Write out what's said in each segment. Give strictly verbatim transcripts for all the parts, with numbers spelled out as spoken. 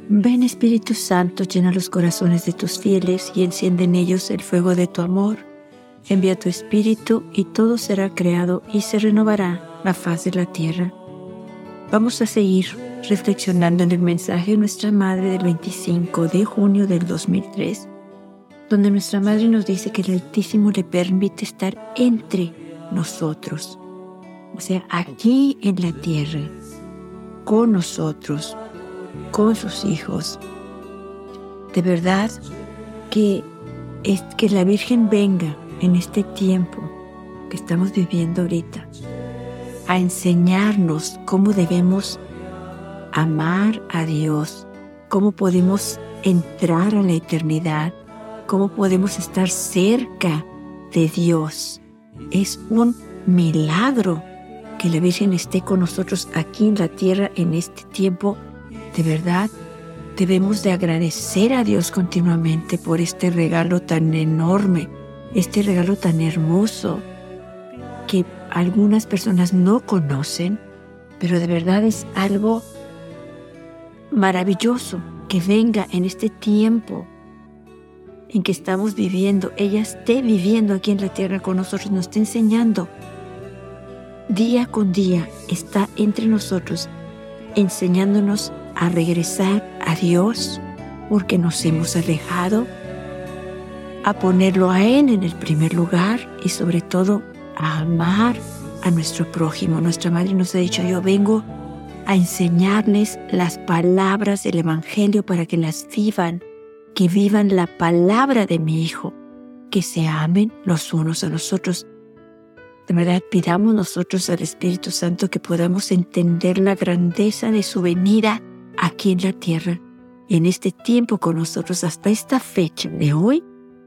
Ven Espíritu Santo, llena los corazones de tus fieles y enciende en ellos el fuego de tu amor. Envía tu Espíritu y todo será creado y se renovará la faz de la tierra. Vamos a seguir reflexionando en el mensaje de nuestra Madre del veinticinco de junio del dos mil tres, donde nuestra Madre nos dice que el Altísimo le permite estar entre nosotros, o sea, aquí en la tierra, con nosotros, con sus hijos. De verdad que es que la Virgen venga en este tiempo que estamos viviendo ahorita a enseñarnos cómo debemos amar a Dios, cómo podemos entrar a la eternidad, cómo podemos estar cerca de Dios. Es un milagro que la Virgen esté con nosotros aquí en la tierra en este tiempo. De verdad, debemos de agradecer a Dios continuamente por este regalo tan enorme, este regalo tan hermoso que algunas personas no conocen, pero de verdad es algo maravilloso que venga en este tiempo en que estamos viviendo. Ella esté viviendo aquí en la tierra con nosotros, nos está enseñando. Día con día está entre nosotros, enseñándonos a regresar a Dios porque nos hemos alejado, a ponerlo a Él en el primer lugar y sobre todo a amar a nuestro prójimo. Nuestra Madre nos ha dicho: yo vengo a enseñarles las palabras del Evangelio para que las vivan, que vivan la palabra de mi Hijo, que se amen los unos a los otros. De verdad, pidamos nosotros al Espíritu Santo que podamos entender la grandeza de su venida aquí en la tierra, en este tiempo con nosotros, hasta esta fecha de hoy,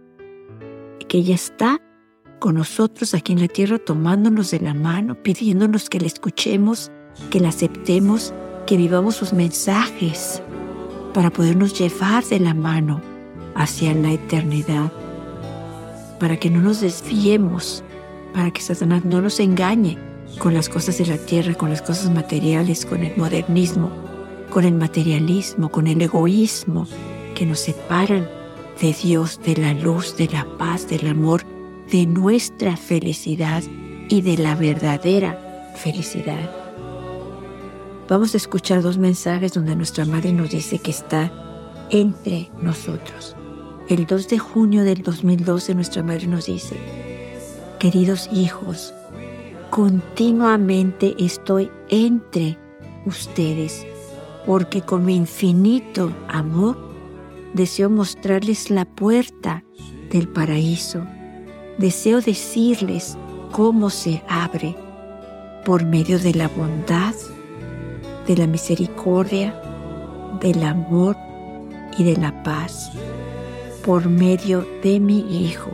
que ella está con nosotros aquí en la tierra, tomándonos de la mano, pidiéndonos que la escuchemos, que la aceptemos, que vivamos sus mensajes para podernos llevar de la mano hacia la eternidad, para que no nos desviemos, para que Satanás no nos engañe con las cosas de la tierra, con las cosas materiales, con el modernismo, con el materialismo, con el egoísmo que nos separan de Dios, de la luz, de la paz, del amor, de nuestra felicidad y de la verdadera felicidad. Vamos a escuchar dos mensajes donde nuestra Madre nos dice que está entre nosotros. El dos de junio del dos mil doce nuestra Madre nos dice: queridos hijos, continuamente estoy entre ustedes, porque con mi infinito amor deseo mostrarles la puerta del paraíso. Deseo decirles cómo se abre por medio de la bondad, de la misericordia, del amor y de la paz, por medio de mi Hijo.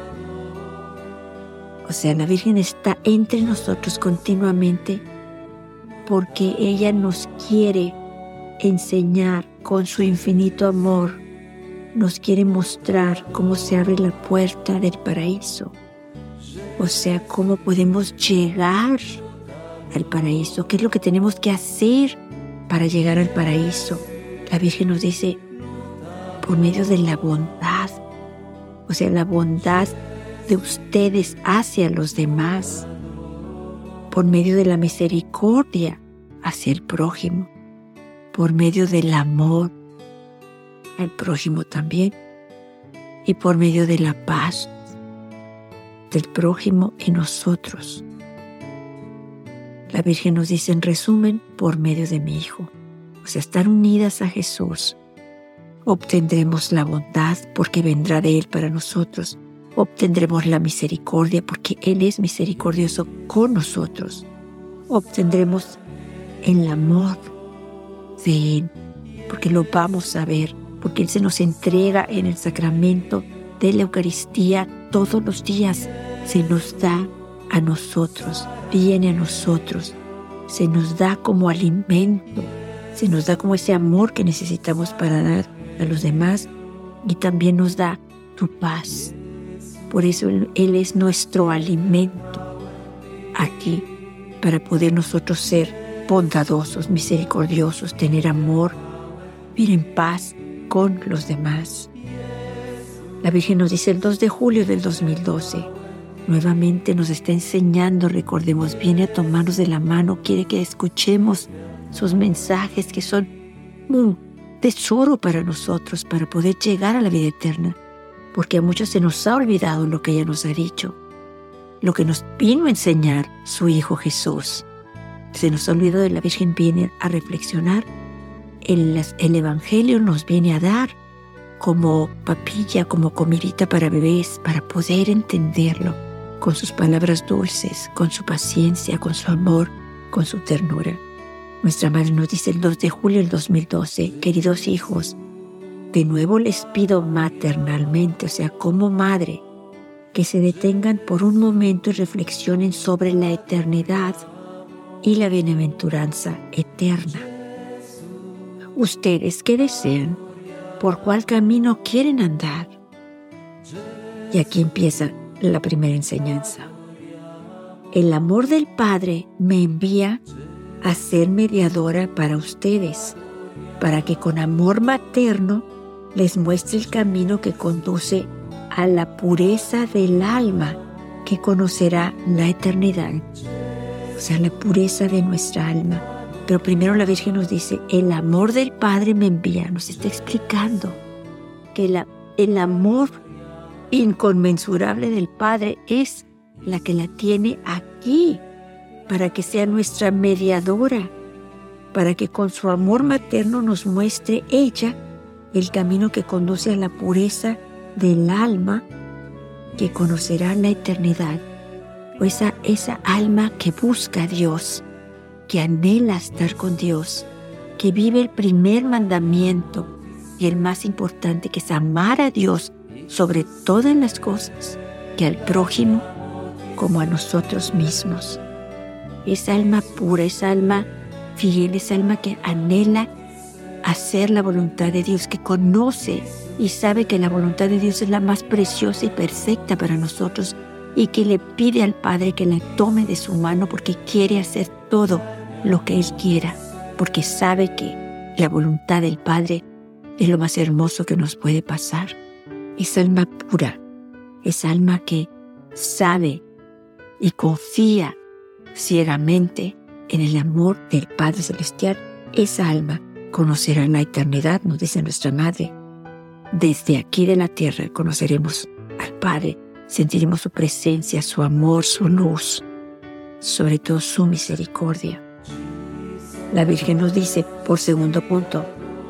O sea, la Virgen está entre nosotros continuamente porque ella nos quiere enseñar con su infinito amor, nos quiere mostrar cómo se abre la puerta del paraíso. O sea, cómo podemos llegar al paraíso, qué es lo que tenemos que hacer para llegar al paraíso. La Virgen nos dice: por medio de la bondad, o sea, la bondad de ustedes hacia los demás, por medio de la misericordia hacia el prójimo, por medio del amor al prójimo también, y por medio de la paz del prójimo en nosotros. La Virgen nos dice en resumen: por medio de mi Hijo. O sea, estar unidas a Jesús, obtendremos la bondad porque vendrá de Él para nosotros. Obtendremos la misericordia porque Él es misericordioso con nosotros. Obtendremos el amor de Él porque lo vamos a ver, porque Él se nos entrega en el sacramento de la Eucaristía todos los días. Se nos da a nosotros, viene a nosotros, se nos da como alimento, se nos da como ese amor que necesitamos para dar a los demás, y también nos da tu paz. Por eso Él, Él es nuestro alimento aquí, para poder nosotros ser bondadosos, misericordiosos, tener amor vivir en paz con los demás. La Virgen nos dice el dos de julio del dos mil doce, nuevamente nos está enseñando, recordemos, viene a tomarnos de la mano, quiere que escuchemos sus mensajes que son un tesoro para nosotros, para poder llegar a la vida eterna, porque a muchos se nos ha olvidado lo que ella nos ha dicho, lo que nos vino a enseñar su Hijo Jesús. Se nos ha olvidado de la Virgen, viene a reflexionar, el, el Evangelio nos viene a dar como papilla, como comidita para bebés, para poder entenderlo con sus palabras dulces, con su paciencia, con su amor, con su ternura. Nuestra Madre nos dice el dos de julio del dos mil doce, queridos hijos, de nuevo les pido maternalmente, o sea, como madre, que se detengan por un momento y reflexionen sobre la eternidad y la bienaventuranza eterna. Ustedes, ¿qué desean? ¿Por cuál camino quieren andar? Y aquí empieza la primera enseñanza. El amor del Padre me envía a ser mediadora para ustedes, para que con amor materno les muestre el camino que conduce a la pureza del alma que conocerá la eternidad. O sea, la pureza de nuestra alma. Pero primero la Virgen nos dice, el amor del Padre me envía. Nos está explicando que la, el amor inconmensurable del Padre es la que la tiene aquí, para que sea nuestra mediadora, para que con su amor materno nos muestre ella el camino que conduce a la pureza del alma que conocerá la eternidad. O esa, esa alma que busca a Dios, que anhela estar con Dios, que vive el primer mandamiento y el más importante, que es amar a Dios sobre todas las cosas, que al prójimo como a nosotros mismos. Esa alma pura, esa alma fiel, esa alma que anhela hacer la voluntad de Dios, que conoce y sabe que la voluntad de Dios es la más preciosa y perfecta para nosotros, y que le pide al Padre que la tome de su mano porque quiere hacer todo lo que Él quiera, porque sabe que la voluntad del Padre es lo más hermoso que nos puede pasar. Esa alma pura, esa alma que sabe y confía ciegamente en el amor del Padre Celestial, esa alma conocerá la eternidad, nos dice nuestra Madre. Desde aquí de la tierra conoceremos al Padre, sentiremos su presencia, su amor, su luz, sobre todo su misericordia. La Virgen nos dice, por segundo punto,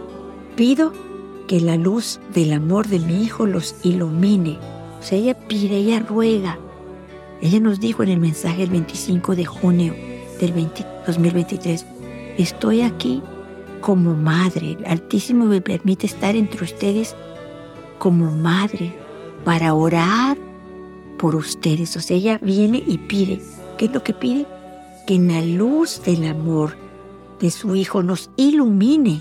pido que la luz del amor de mi Hijo los ilumine. O sea, ella pide, ella ruega. Ella nos dijo en el mensaje el veinticinco de junio del dos mil veintitrés, estoy aquí como madre. El Altísimo me permite estar entre ustedes como madre para orar por ustedes. O sea, ella viene y pide. ¿Qué es lo que pide? Que en la luz del amor de su Hijo nos ilumine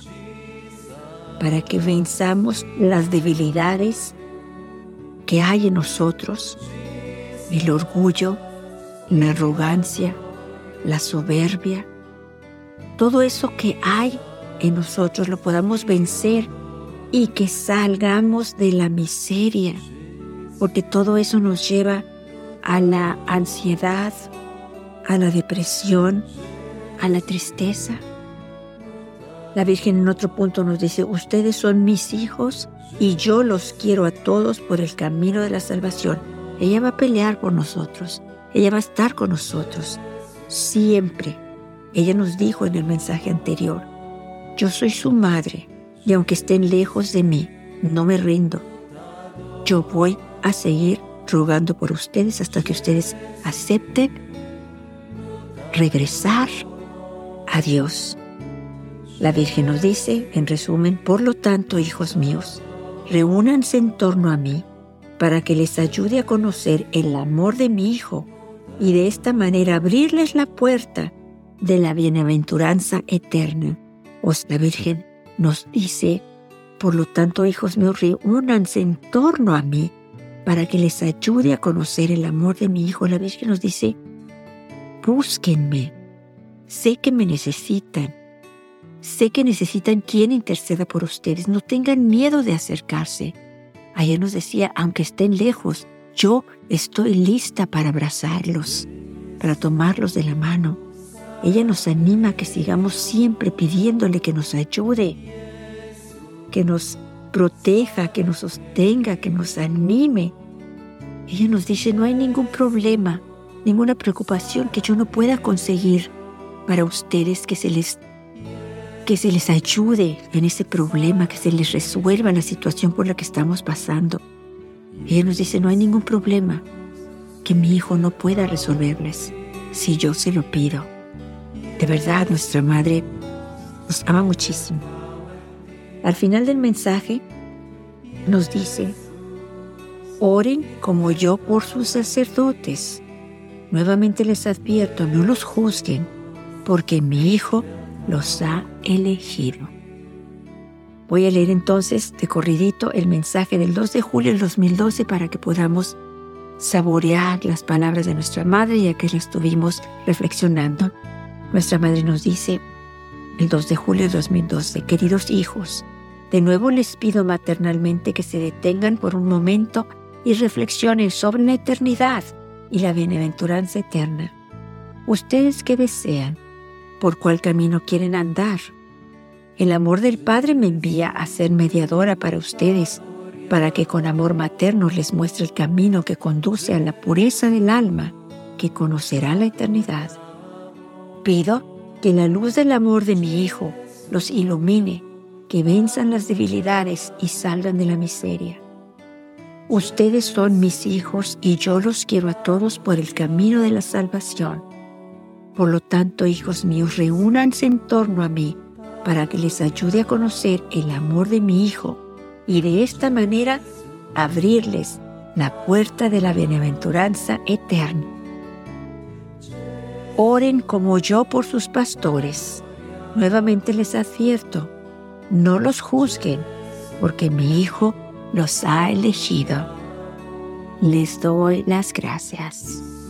para que venzamos las debilidades que hay en nosotros, el orgullo, la arrogancia, la soberbia, todo eso que hay en nosotros lo podamos vencer y que salgamos de la miseria, porque todo eso nos lleva a la ansiedad, a la depresión, a la tristeza. La Virgen en otro punto nos dice, ustedes son mis hijos y yo los quiero a todos por el camino de la salvación. Ella va a pelear por nosotros, ella va a estar con nosotros, siempre. Ella nos dijo en el mensaje anterior, yo soy su madre y aunque estén lejos de mí, no me rindo. Yo voy a seguir rogando por ustedes hasta que ustedes acepten regresar a Dios. La Virgen nos dice, en resumen, por lo tanto, hijos míos, reúnanse en torno a mí para que les ayude a conocer el amor de mi Hijo y de esta manera abrirles la puerta de la bienaventuranza eterna. Os la Virgen nos dice, por lo tanto, hijos míos, reúnanse en torno a mí para que les ayude a conocer el amor de mi Hijo. La Virgen nos dice, búsquenme, sé que me necesitan, Sé que necesitan quien interceda por ustedes. No tengan miedo de acercarse. Ayer nos decía, aunque estén lejos, yo estoy lista para abrazarlos, para tomarlos de la mano. Ella nos anima a que sigamos siempre pidiéndole que nos ayude, que nos proteja, que nos sostenga, que nos anime. Ella nos dice, no hay ningún problema, ninguna preocupación que yo no pueda conseguir para ustedes, que se les, que se les ayude en ese problema, que se les resuelva la situación por la que estamos pasando. Ella nos dice, no hay ningún problema que mi hijo no pueda resolverles si yo se lo pido. De verdad, nuestra madre nos ama muchísimo. Al final del mensaje nos dice, oren como yo por sus sacerdotes. Nuevamente les advierto, no los juzguen, porque mi hijo los ha elegido. Voy a leer entonces de corridito el mensaje del dos de julio del dos mil doce para que podamos saborear las palabras de nuestra madre, ya que las estuvimos reflexionando. Nuestra madre nos dice, el dos de julio de dos mil doce, queridos hijos, de nuevo les pido maternalmente que se detengan por un momento y reflexionen sobre la eternidad y la bienaventuranza eterna. ¿Ustedes qué desean? ¿Por cuál camino quieren andar? El amor del Padre me envía a ser mediadora para ustedes, para que con amor materno les muestre el camino que conduce a la pureza del alma, que conocerá la eternidad. Pido que la luz del amor de mi Hijo los ilumine, que venzan las debilidades y salgan de la miseria. Ustedes son mis hijos y yo los quiero a todos por el camino de la salvación. Por lo tanto, hijos míos, reúnanse en torno a mí para que les ayude a conocer el amor de mi Hijo y de esta manera abrirles la puerta de la bienaventuranza eterna. Oren como yo por sus pastores. Nuevamente les advierto, no los juzguen, porque mi Hijo los ha elegido. Les doy las gracias.